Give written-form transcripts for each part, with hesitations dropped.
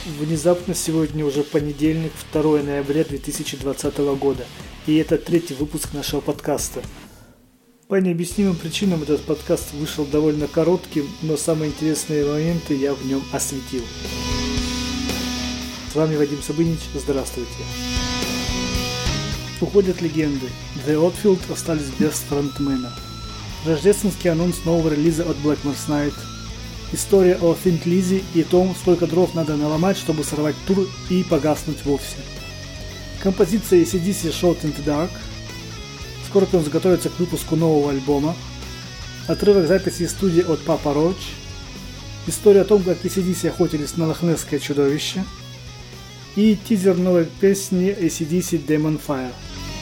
Внезапно сегодня уже понедельник, 2 ноября 2020 года, и это третий выпуск нашего подкаста. По необъяснимым причинам этот подкаст вышел довольно коротким, но самые интересные моменты я в нем осветил. С вами Вадим Сабынич, здравствуйте. Уходят легенды. The Oddfield остались без фронтмена. Рождественский анонс нового релиза от Black Mars Night. История о Thin Lizzy и том, сколько дров надо наломать, чтобы сорвать тур и погаснуть вовсе. Композиция AC/DC Shot in the Dark. Scorpions готовится к выпуску нового альбома. Отрывок записи из студии от Papa Roach. История о том, как AC/DC охотились на лохнесское чудовище. И тизер новой песни AC/DC Demon Fire.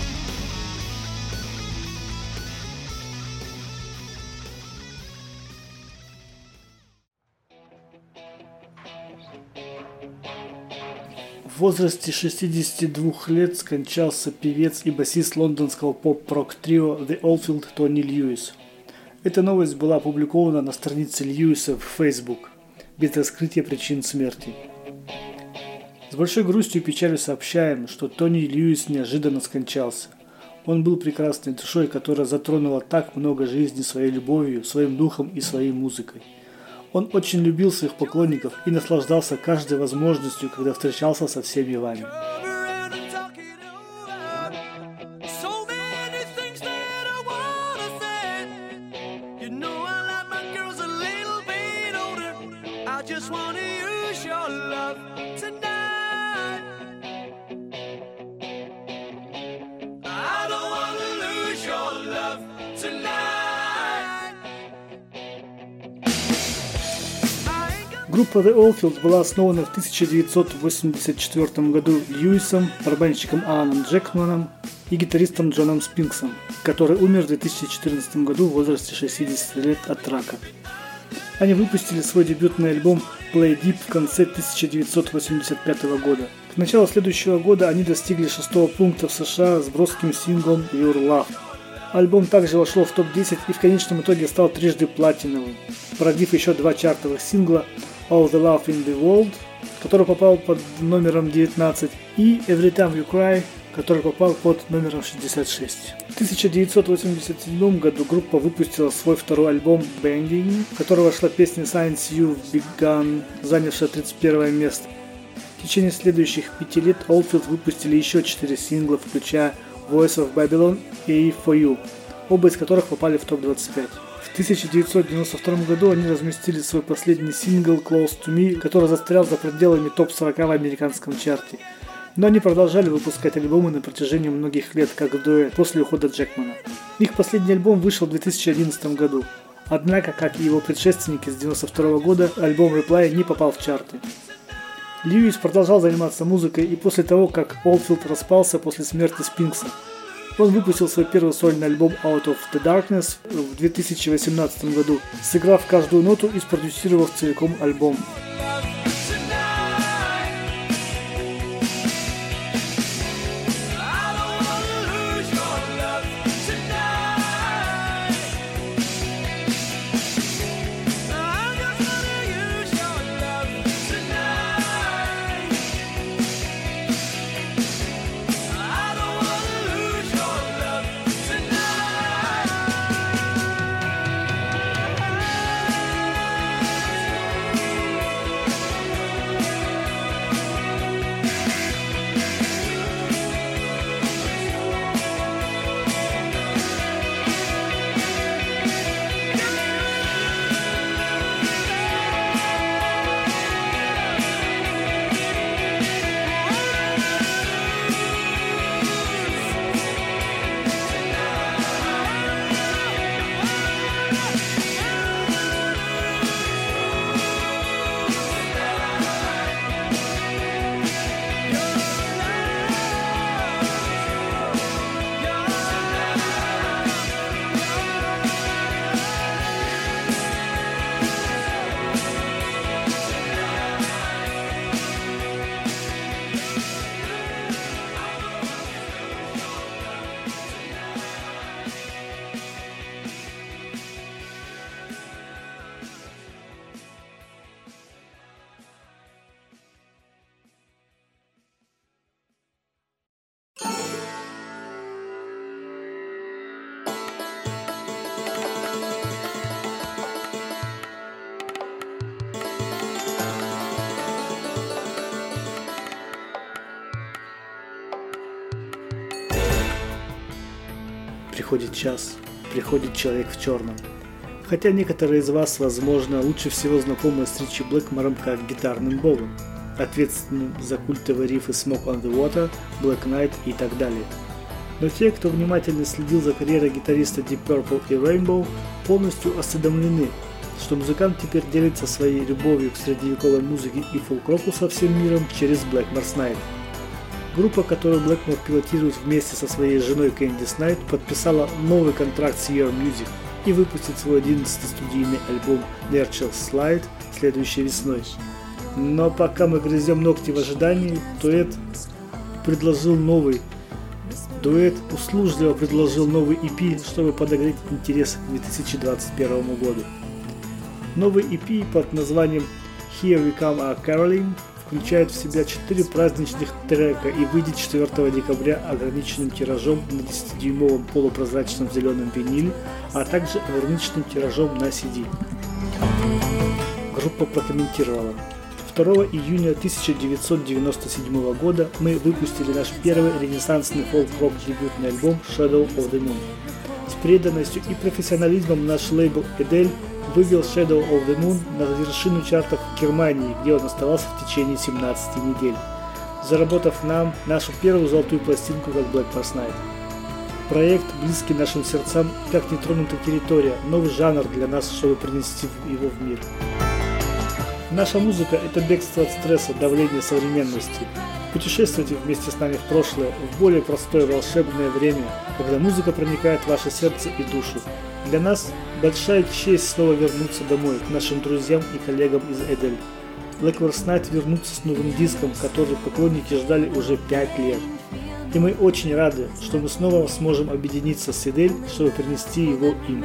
В возрасте 62 лет скончался певец и басист лондонского поп-рок-трио The Oldfield Тони Льюис. Эта новость была опубликована на странице Льюиса в Facebook, без раскрытия причин смерти. С большой грустью и печалью сообщаем, что Тони Льюис неожиданно скончался. Он был прекрасной душой, которая затронула так много жизни своей любовью, своим духом и своей музыкой. Он очень любил своих поклонников и наслаждался каждой возможностью, когда встречался со всеми вами. Группа The Oldfield была основана в 1984 году Льюисом, барабанщиком Аланом Джекманом и гитаристом Джоном Спинксом, который умер в 2014 году в возрасте 60 лет от рака. Они выпустили свой дебютный альбом Play Deep в конце 1985 года. К началу следующего года они достигли 6-го пункта в США с броским синглом Your Love. Альбом также вошел в топ-10 и в конечном итоге стал трижды платиновым, породив еще 2 чартовых сингла All the Love in the World, который попал под номером 19, и Every Time You Cry, который попал под номером 66. В 1987 году группа выпустила свой второй альбом Banging, в который вошла песня Since You've Begun, занявшая 31 место. В течение следующих 5 лет Oldfield выпустили еще 4 сингла, включая Voice of Babylon и For You, оба из которых попали в топ-25. В 1992 году они разместили свой последний сингл Close to Me, который застрял за пределами топ-40 в американском чарте. Но они продолжали выпускать альбомы на протяжении многих лет, как дуэт, после ухода Джекмана. Их последний альбом вышел в 2011 году. Однако, как и его предшественники с 1992 года, альбом Reply не попал в чарты. Льюис продолжал заниматься музыкой и после того, как Oldfield распался после смерти Спинкса. Он выпустил свой первый сольный альбом Out of the Darkness в 2018 году, сыграв каждую ноту и спродюсировав целиком альбом. приходит час, приходит человек в черном. Хотя некоторые из вас, возможно, лучше всего знакомы с Ричи Блэкмором как гитарным богом, ответственным за культовые рифы Smoke on the Water, Black Knight и так далее. Но те, кто внимательно следил за карьерой гитариста Deep Purple и Rainbow, полностью осведомлены, что музыкант теперь делится своей любовью к средневековой музыке и фолк-року со всем миром через Blackmore's Night. Группа, которую Блэкмор пилотирует вместе со своей женой Кэндис Найт, подписала новый контракт с Ear Music и выпустит свой 11-й студийный альбом Nurture Slide следующей весной. Но пока мы грызем ногти в ожидании, дуэт услужливо предложил новый EP, чтобы подогреть интерес к 2021 году. Новый EP под названием Here We Come a Caroling включает в себя 4 праздничных трека и выйдет 4 декабря ограниченным тиражом на 10-дюймовом полупрозрачном зеленом виниле, а также ограниченным тиражом на CD. Группа прокомментировала: 2 июня 1997 года мы выпустили наш первый ренессансный фолк-рок дебютный альбом Shadow of the Moon. С преданностью и профессионализмом наш лейбл Edel вывел Shadow of the Moon на вершину чартов в Германии, где он оставался в течение 17 недель, заработав нам нашу первую золотую пластинку как Blackmore's Night. Проект близкий нашим сердцам, как нетронутая территория, новый жанр для нас, чтобы принести его в мир. Наша музыка – это бегство от стресса, давления современности. Путешествуйте вместе с нами в прошлое, в более простое волшебное время, когда музыка проникает в ваше сердце и душу. Для нас большая честь снова вернуться домой, к нашим друзьям и коллегам из Эдель. Blackmore's Night вернутся с новым диском, который поклонники ждали уже 5 лет. И мы очень рады, что мы снова сможем объединиться с Эдель, чтобы принести его им.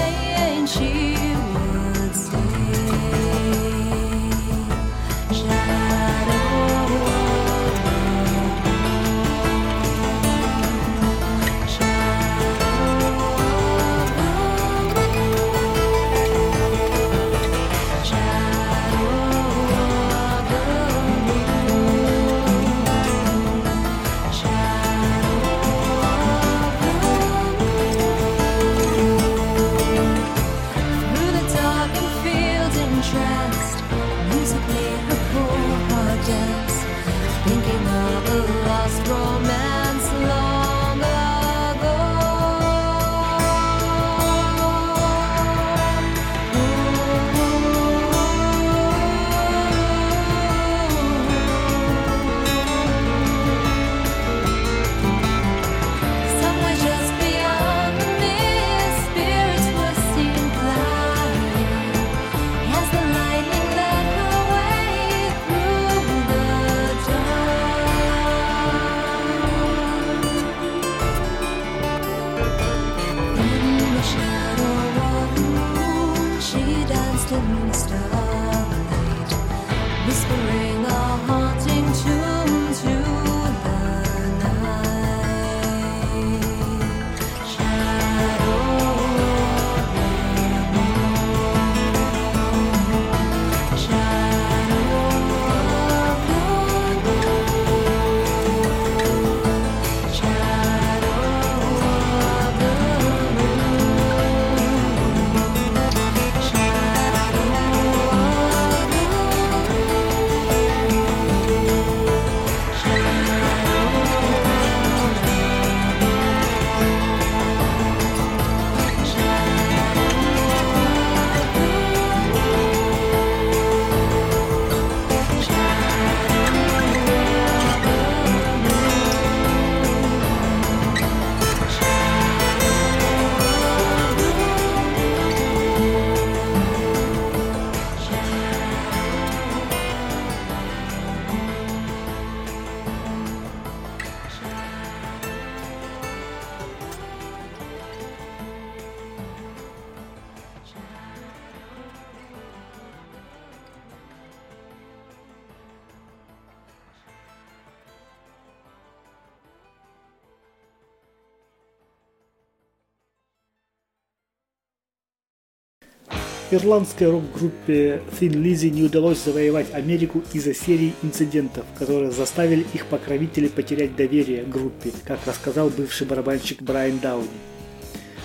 Ирландской рок-группе Thin Lizzy не удалось завоевать Америку из-за серии инцидентов, которые заставили их покровителей потерять доверие к группе, как рассказал бывший барабанщик Брайан Дауни.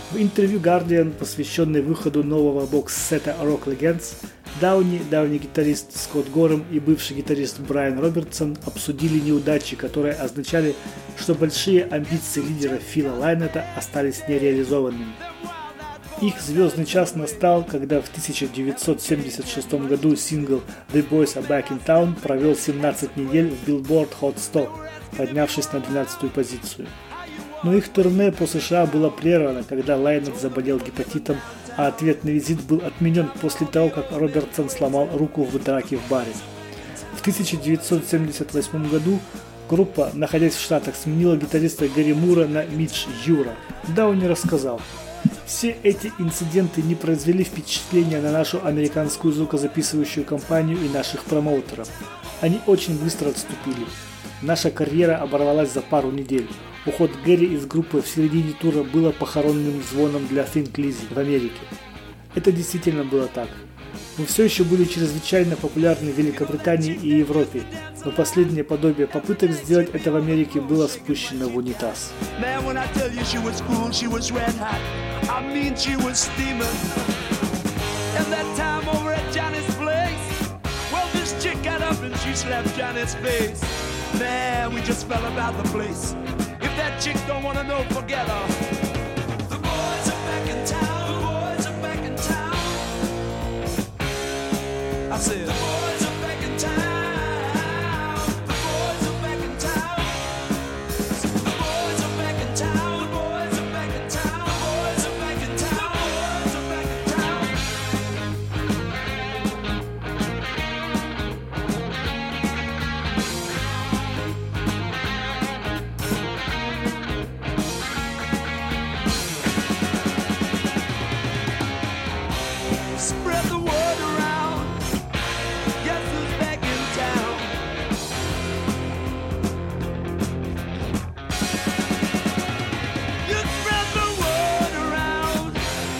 В интервью Guardian, посвященной выходу нового бокс-сета Rock Legends, давний гитарист Скотт Горем и бывший гитарист Брайан Робертсон обсудили неудачи, которые означали, что большие амбиции лидера Фила Лайнета остались нереализованными. Их звездный час настал, когда в 1976 году сингл The Boys Are Back in Town провел 17 недель в Billboard Hot 100, поднявшись на 12-ю позицию. Но их турне по США было прервано, когда Лайнет заболел гепатитом, а ответный визит был отменен после того, как Робертсон сломал руку в драке в баре. В 1978 году группа, находясь в Штатах, сменила гитариста Гэри Мура на Мидж Юра. Дауни рассказал: «Все эти инциденты не произвели впечатления на нашу американскую звукозаписывающую компанию и наших промоутеров. Они очень быстро отступили. Наша карьера оборвалась за пару недель. Уход Гэри из группы в середине тура было похоронным звоном для Thin Lizzy в Америке. Это действительно было так. Мы все еще были чрезвычайно популярны в Великобритании и Европе, но последнее подобие попыток сделать это в Америке было спущено в унитаз». Man, we just fell about the place. If that chick don't wanna know, forget her. The boys are back in town. The boys are back in town. I said, the boys are back in town. The boys are back in town. The boys are back in town. The boys are back in town. The boys are back in town. The boys are back in town. Spread the word around. Guess who's back in town? You spread the word around.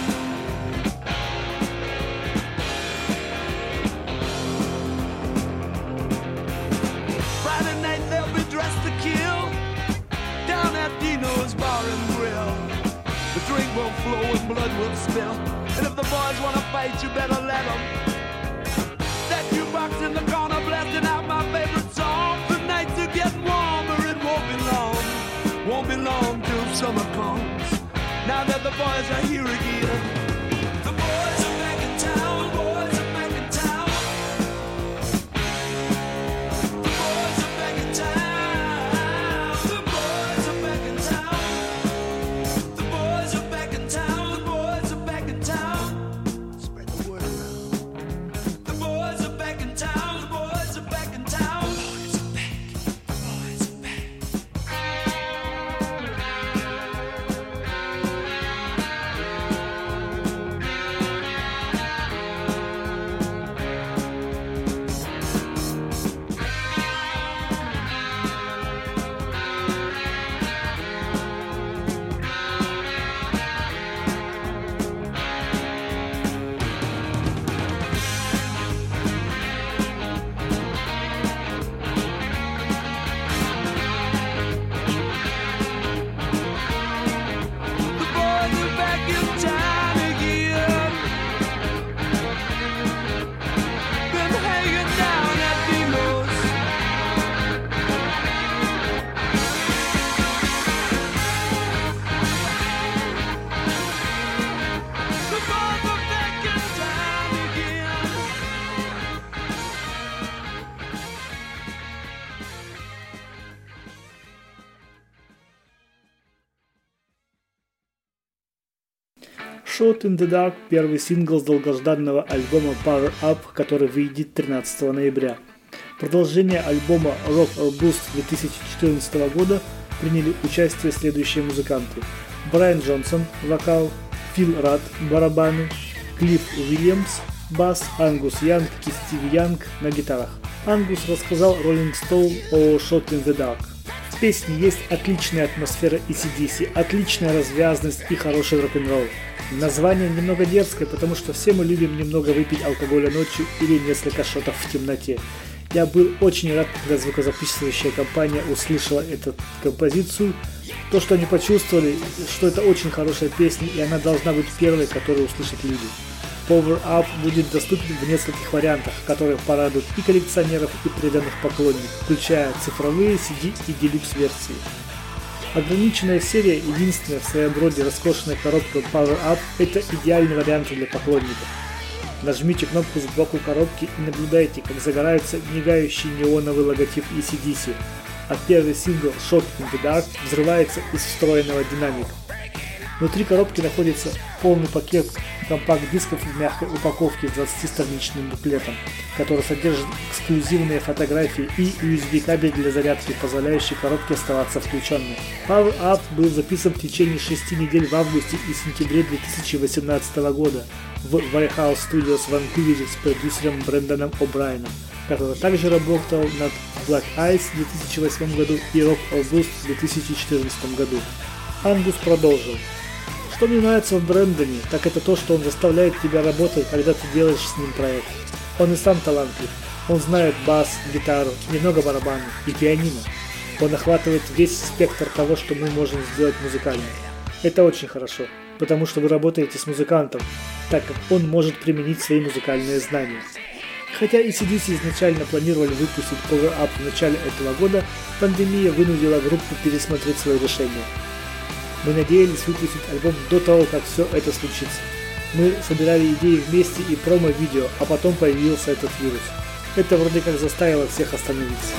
Friday night they'll be dressed to kill down at Dino's Bar and Grill. The drink will flow and blood will spill. And if the boys wanna fight, you better let them. That jukebox in the corner blasting out my favorite song. The nights are getting warmer, it won't be long till summer comes. Now that the boys are here again. The boys are back in town, the boys are back in town. The boys are back in town. The boys are back in town. The boys are back in town. The boys are back in town. Spread the word around. The boys are back in town. The boys are back in town. The boys are back. The boys are back. The boys are back in town again. Been hanging down at Dino's. The boys are back in town again. Shot in the Dark – первый сингл с долгожданного альбома Power Up, который выйдет 13 ноября. Продолжение альбома Rock or Bust 2014 года приняли участие следующие музыканты: Брайан Джонсон – вокал, Фил Радд – барабаны, Клифф Уильямс – бас, Ангус Янг и Стив Янг на гитарах. Ангус рассказал Rolling Stone о Shot in the Dark. В песне есть отличная атмосфера AC/DC, отличная развязность и хороший рок-н-ролл. Название немного дерзкое, потому что все мы любим немного выпить алкоголя ночью или несколько шотов в темноте. Я был очень рад, когда звукозаписывающая компания услышала эту композицию. То, что они почувствовали, что это очень хорошая песня, и она должна быть первой, которую услышат люди. Power Up будет доступен в нескольких вариантах, которые порадуют и коллекционеров, и преданных поклонников, включая цифровые CD и делюкс-версии. Ограниченная серия, единственная в своем роде роскошная коробка Power Up – это идеальный вариант для поклонников. Нажмите кнопку сбоку коробки и наблюдайте, как загорается мигающий неоновый логотип AC/DC, а первый сингл Shot in the Dark взрывается из встроенного динамика. Внутри коробки находится полный пакет компакт-дисков в мягкой упаковке с 20-страничным буклетом, который содержит эксклюзивные фотографии и USB-кабель для зарядки, позволяющий коробке оставаться включенной. Power Up был записан в течение 6 недель в августе и сентябре 2018 года в Warehouse Studios в Ванкувере с продюсером Брэндоном О'Брайеном, который также работал над Black Ice в 2008 году и Rock August в 2014 году. Ангус продолжил. Что мне нравится в Брэндоне, так это то, что он заставляет тебя работать, когда ты делаешь с ним проект. Он и сам талантлив. Он знает бас, гитару, немного барабанов и пианино. Он охватывает весь спектр того, что мы можем сделать музыкально. Это очень хорошо, потому что вы работаете с музыкантом, так как он может применить свои музыкальные знания. Хотя AC/DC изначально планировали выпустить Power Up в начале этого года, пандемия вынудила группу пересмотреть свое решение. Мы надеялись выпустить альбом до того, как все это случится. Мы собирали идеи вместе и промо-видео, а потом появился этот вирус. Это вроде как заставило всех остановиться.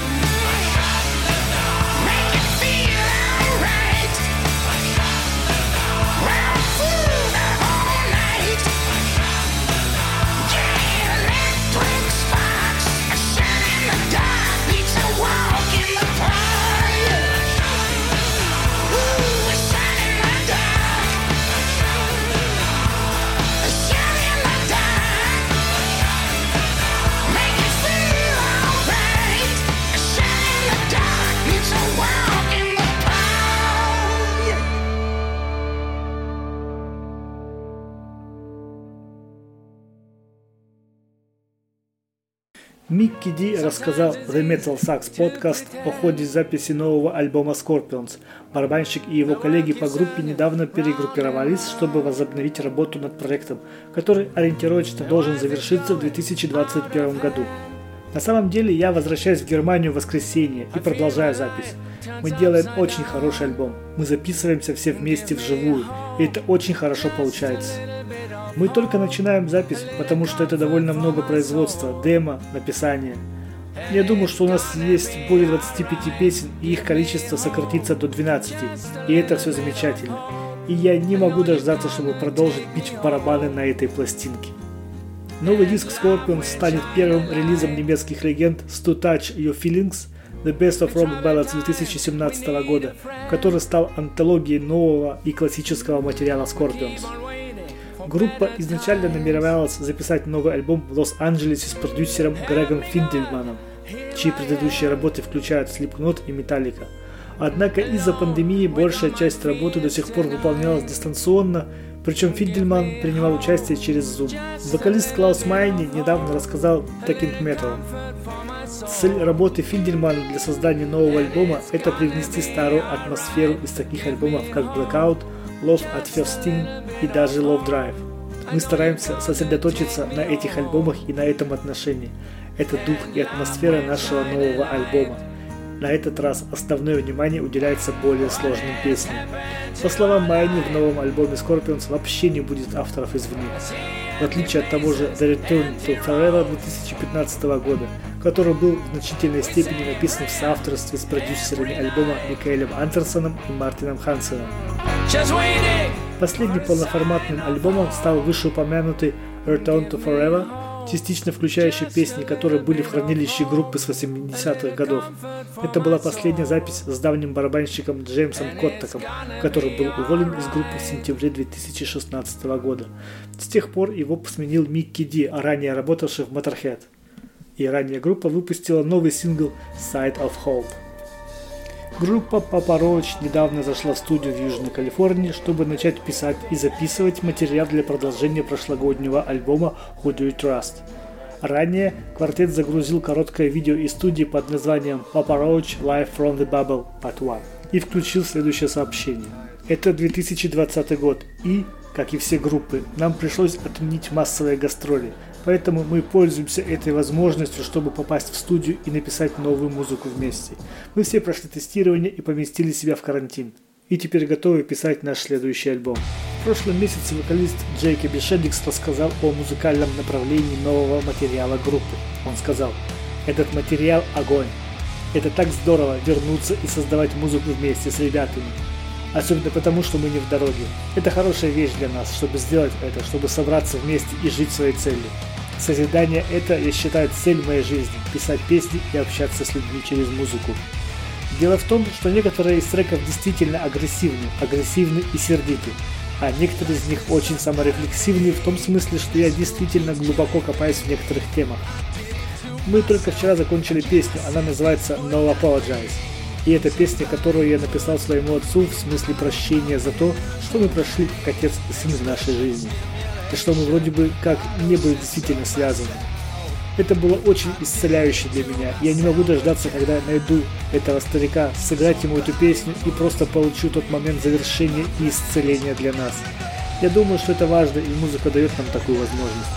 Микки Ди рассказал The Metal Sucks Podcast о ходе записи нового альбома Scorpions. Барабанщик и его коллеги по группе недавно перегруппировались, чтобы возобновить работу над проектом, который ориентировочно должен завершиться в 2021 году. На самом деле я возвращаюсь в Германию в воскресенье и продолжаю запись. Мы делаем очень хороший альбом. Мы записываемся все вместе вживую, и это очень хорошо получается. Мы только начинаем запись, потому что это довольно много производства, демо, написания. Я думаю, что у нас есть более 25 песен, и их количество сократится до 12, и это все замечательно. И я не могу дождаться, чтобы продолжить бить в барабаны на этой пластинке. Новый диск Scorpions станет первым релизом немецких легенд To Touch Your Feelings, The Best of Rock Ballads 2017 года, который стал антологией нового и классического материала Scorpions. Группа изначально намеревалась записать новый альбом в Лос-Анджелесе с продюсером Грегом Финдельманом, чьи предыдущие работы включают Slipknot и Metallica. Однако из-за пандемии большая часть работы до сих пор выполнялась дистанционно, причем Финдельман принимал участие через Zoom. Вокалист Клаус Майни недавно рассказал Talking Metal. Цель работы Финдельмана для создания нового альбома – это привнести старую атмосферу из таких альбомов, как Blackout, Love at First Sting и даже Love Drive. Мы стараемся сосредоточиться на этих альбомах и на этом отношении. Это дух и атмосфера нашего нового альбома. На этот раз основное внимание уделяется более сложным песням. По словам Майни, в новом альбоме Scorpions вообще не будет авторов извне. В отличие от того же The Return to Forever 2015 года, который был в значительной степени написан в соавторстве с продюсерами альбома Микаэлем Андерсоном и Мартином Хансеном. Последним полноформатным альбомом стал вышеупомянутый Return to Forever, частично включающий песни, которые были в хранилище группы с 80-х годов. Это была последняя запись с давним барабанщиком Джеймсом Коттаком, который был уволен из группы в сентябре 2016 года. С тех пор его сменил Микки Ди, ранее работавший в Motorhead. И ранее группа выпустила новый сингл Side of Hope. Группа Papa Roach недавно зашла в студию в Южной Калифорнии, чтобы начать писать и записывать материал для продолжения прошлогоднего альбома Who Do You Trust. Ранее квартет загрузил короткое видео из студии под названием Papa Roach Live from the Bubble Part 1 и включил следующее сообщение. Это 2020 год и, как и все группы, нам пришлось отменить массовые гастроли, поэтому мы пользуемся этой возможностью, чтобы попасть в студию и написать новую музыку вместе. Мы все прошли тестирование и поместили себя в карантин. И теперь готовы писать наш следующий альбом. В прошлом месяце вокалист Джейкоби Шеддикс рассказал о музыкальном направлении нового материала группы. Он сказал: «Этот материал – огонь. Это так здорово вернуться и создавать музыку вместе с ребятами. Особенно потому, что мы не в дороге. Это хорошая вещь для нас, чтобы сделать это, чтобы собраться вместе и жить своей целью. Созидание – это, я считаю, цель моей жизни – писать песни и общаться с людьми через музыку». Дело в том, что некоторые из треков действительно агрессивны и сердиты, а некоторые из них очень саморефлексивны в том смысле, что я действительно глубоко копаюсь в некоторых темах. Мы только вчера закончили песню, она называется No Apologize. И это песня, которую я написал своему отцу в смысле прощения за то, что мы прошли как отец и сын в нашей жизни. И что мы вроде бы как не были действительно связаны. Это было очень исцеляюще для меня. Я не могу дождаться, когда найду этого старика, сыграть ему эту песню и просто получу тот момент завершения и исцеления для нас. Я думаю, что это важно, и музыка дает нам такую возможность.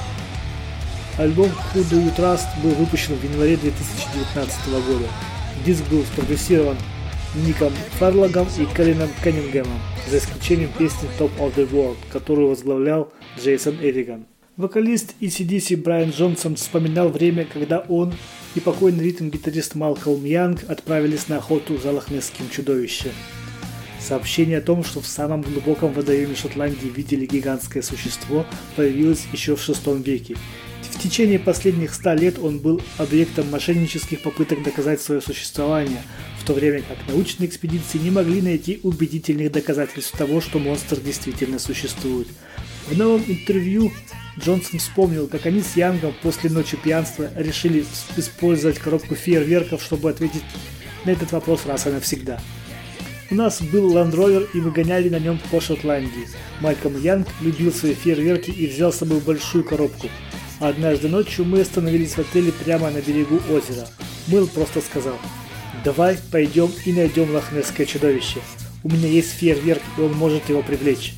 Альбом Who Do You Trust был выпущен в январе 2019 года. Диск был спродюсирован Ником Фарлогом и Колином Каннингемом, за исключением песни Top of the World, которую возглавлял Джейсон Эриган. Вокалист AC/DC Брайан Джонсон вспоминал время, когда он и покойный ритм-гитарист Малкольм Янг отправились на охоту за лохнесским чудовищем. Сообщение о том, что в самом глубоком водоеме Шотландии видели гигантское существо, появилось еще в VI веке. В течение последних 100 лет он был объектом мошеннических попыток доказать свое существование, в то время как научные экспедиции не могли найти убедительных доказательств того, что монстр действительно существует. В новом интервью Джонсон вспомнил, как они с Янгом после ночи пьянства решили использовать коробку фейерверков, чтобы ответить на этот вопрос раз и навсегда. У нас был Land Rover, и мы гоняли на нем по Шотландии. Малкольм Янг любил свои фейерверки и взял с собой большую коробку. Однажды ночью мы остановились в отеле прямо на берегу озера. Мэл просто сказал: «Давай пойдем и найдем лохнесское чудовище. У меня есть фейерверк, и он может его привлечь».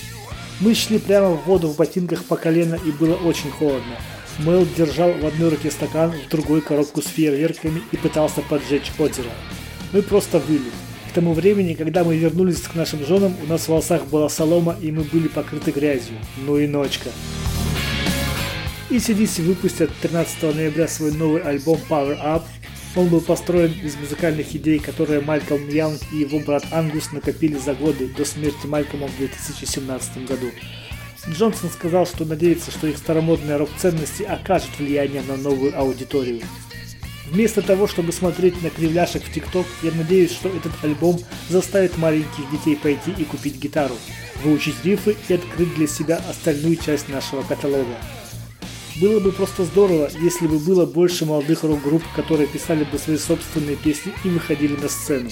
Мы шли прямо в воду в ботинках по колено, и было очень холодно. Мэл держал в одной руке стакан, в другой коробку с фейерверками и пытался поджечь озеро. Мы просто выли. К тому времени, когда мы вернулись к нашим женам, у нас в волосах была солома, и мы были покрыты грязью. Ну и ночка. AC/DC выпустят 13 ноября свой новый альбом Power Up. Он был построен из музыкальных идей, которые Малкольм Янг и его брат Ангус накопили за годы до смерти Малкольма в 2017 году. Джонсон сказал, что надеется, что их старомодные рок-ценности окажут влияние на новую аудиторию. Вместо того, чтобы смотреть на кривляшек в ТикТок, я надеюсь, что этот альбом заставит маленьких детей пойти и купить гитару, выучить рифы и открыть для себя остальную часть нашего каталога. Было бы просто здорово, если бы было больше молодых рок-групп, которые писали бы свои собственные песни и выходили на сцену.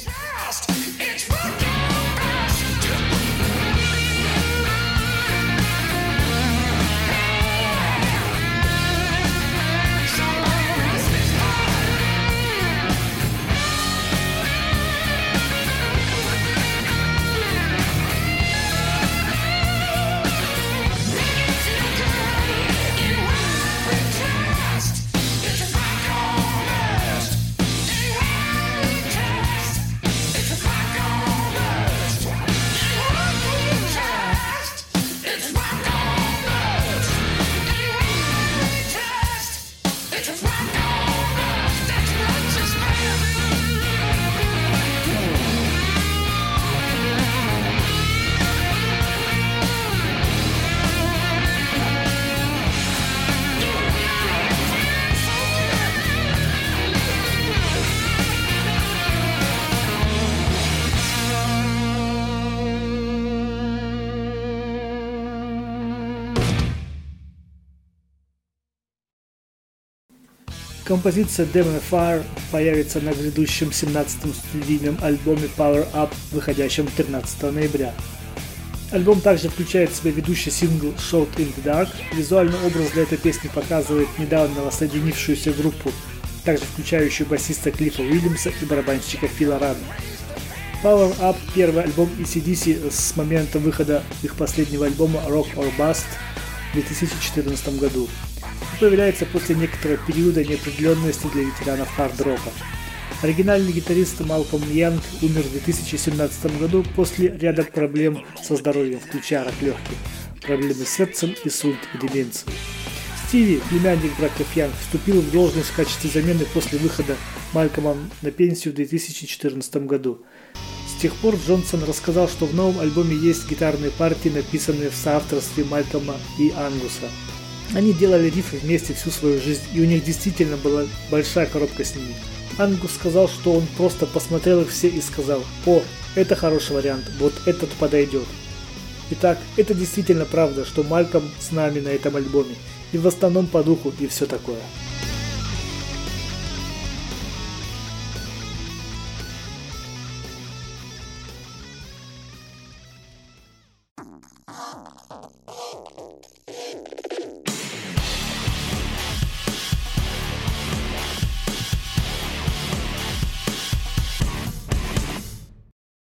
Композиция Demon Fire появится на грядущем 17-м студийном альбоме Power Up, выходящем 13 ноября. Альбом также включает в себя ведущий сингл Shot in the Dark. Визуальный образ для этой песни показывает недавно воссоединившуюся группу, также включающую басиста Клиффа Уильямса и барабанщика Фила Рада. Power Up – первый альбом AC/DC с момента выхода их последнего альбома Rock or Bust в 2014 году. И появляется после некоторого периода неопределенности для ветеранов хард-рока. Оригинальный гитарист Малкольм Янг умер в 2017 году после ряда проблем со здоровьем, включая рак легких, проблемы с сердцем, инсульт и деменцию. Стиви, племянник братьев Янг, вступил в должность в качестве замены после выхода Малкольма на пенсию в 2014 году. С тех пор Джонсон рассказал, что в новом альбоме есть гитарные партии, написанные в соавторстве Малкольма и Ангуса. Они делали рифы вместе всю свою жизнь, и у них действительно была большая коробка с ними. Ангус сказал, что он просто посмотрел их все и сказал: «О, это хороший вариант, вот этот подойдет». Итак, это действительно правда, что Малкольм с нами на этом альбоме, и в основном по духу и все такое.